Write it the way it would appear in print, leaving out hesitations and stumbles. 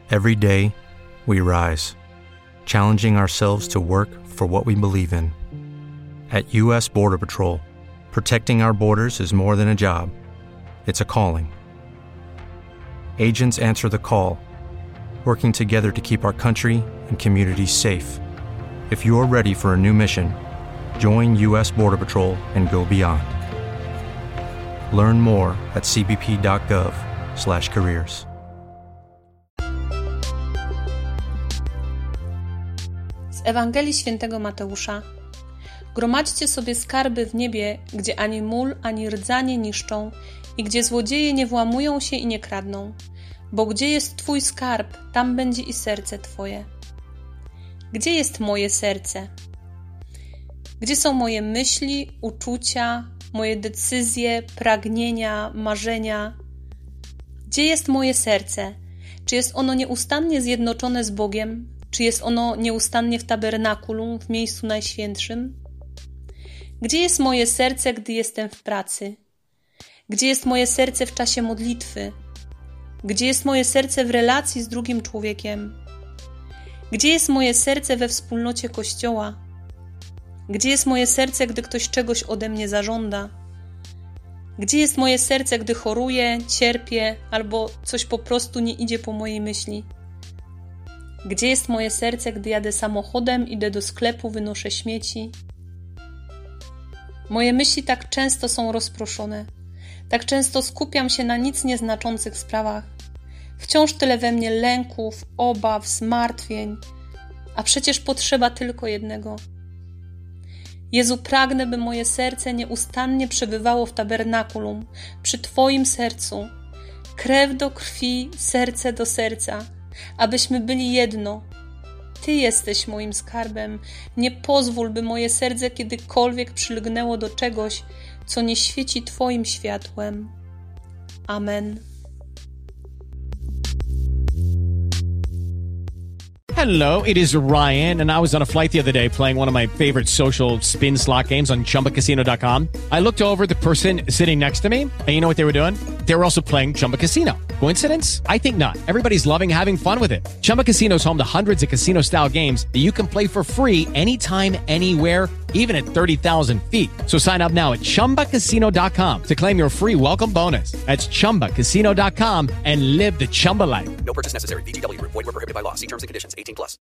Every day, we rise, challenging ourselves to work for what we believe in. At U.S. Border Patrol, protecting our borders is more than a job. It's a calling. Agents answer the call, working together to keep our country and communities safe. If you're ready for a new mission, join U.S. Border Patrol and go beyond. Learn more at cbp.gov/careers. Z Ewangelii Świętego Mateusza. Gromadźcie sobie skarby w niebie, gdzie ani mól, ani rdza nie niszczą i gdzie złodzieje nie włamują się i nie kradną. Bo gdzie jest Twój skarb, tam będzie i serce Twoje. Gdzie jest moje serce? Gdzie są moje myśli, uczucia, moje decyzje, pragnienia, marzenia? Gdzie jest moje serce? Czy jest ono nieustannie zjednoczone z Bogiem? Czy jest ono nieustannie w tabernakulum, w miejscu najświętszym? Gdzie jest moje serce, gdy jestem w pracy? Gdzie jest moje serce w czasie modlitwy? Gdzie jest moje serce w relacji z drugim człowiekiem? Gdzie jest moje serce we wspólnocie Kościoła? Gdzie jest moje serce, gdy ktoś czegoś ode mnie zażąda? Gdzie jest moje serce, gdy choruję, cierpię albo coś po prostu nie idzie po mojej myśli? Gdzie jest moje serce, gdy jadę samochodem, idę do sklepu, wynoszę śmieci? Moje myśli tak często są rozproszone. Tak często skupiam się na nic nieznaczących sprawach. Wciąż tyle we mnie lęków, obaw, zmartwień, a przecież potrzeba tylko jednego. Jezu, pragnę, by moje serce nieustannie przebywało w tabernakulum, przy Twoim sercu, krew do krwi, serce do serca, abyśmy byli jedno. Ty jesteś moim skarbem. Nie pozwól, by moje serce kiedykolwiek przylgnęło do czegoś, co nie świeci Twoim światłem. Amen. Hello, it is Ryan, and I was on a flight the other day playing one of my favorite social spin slot games on ChumbaCasino.com. I looked over at the person sitting next to me, and you know what they were doing? They were also playing Chumba Casino. Coincidence? I think not. Everybody's loving having fun with it. Chumba Casino is home to hundreds of casino-style games that you can play for free anytime, anywhere, even at 30,000 feet. So sign up now at ChumbaCasino.com to claim your free welcome bonus. That's ChumbaCasino.com and live the Chumba life. No purchase necessary. VGW Group. Void where prohibited by law. See terms and conditions. 18+.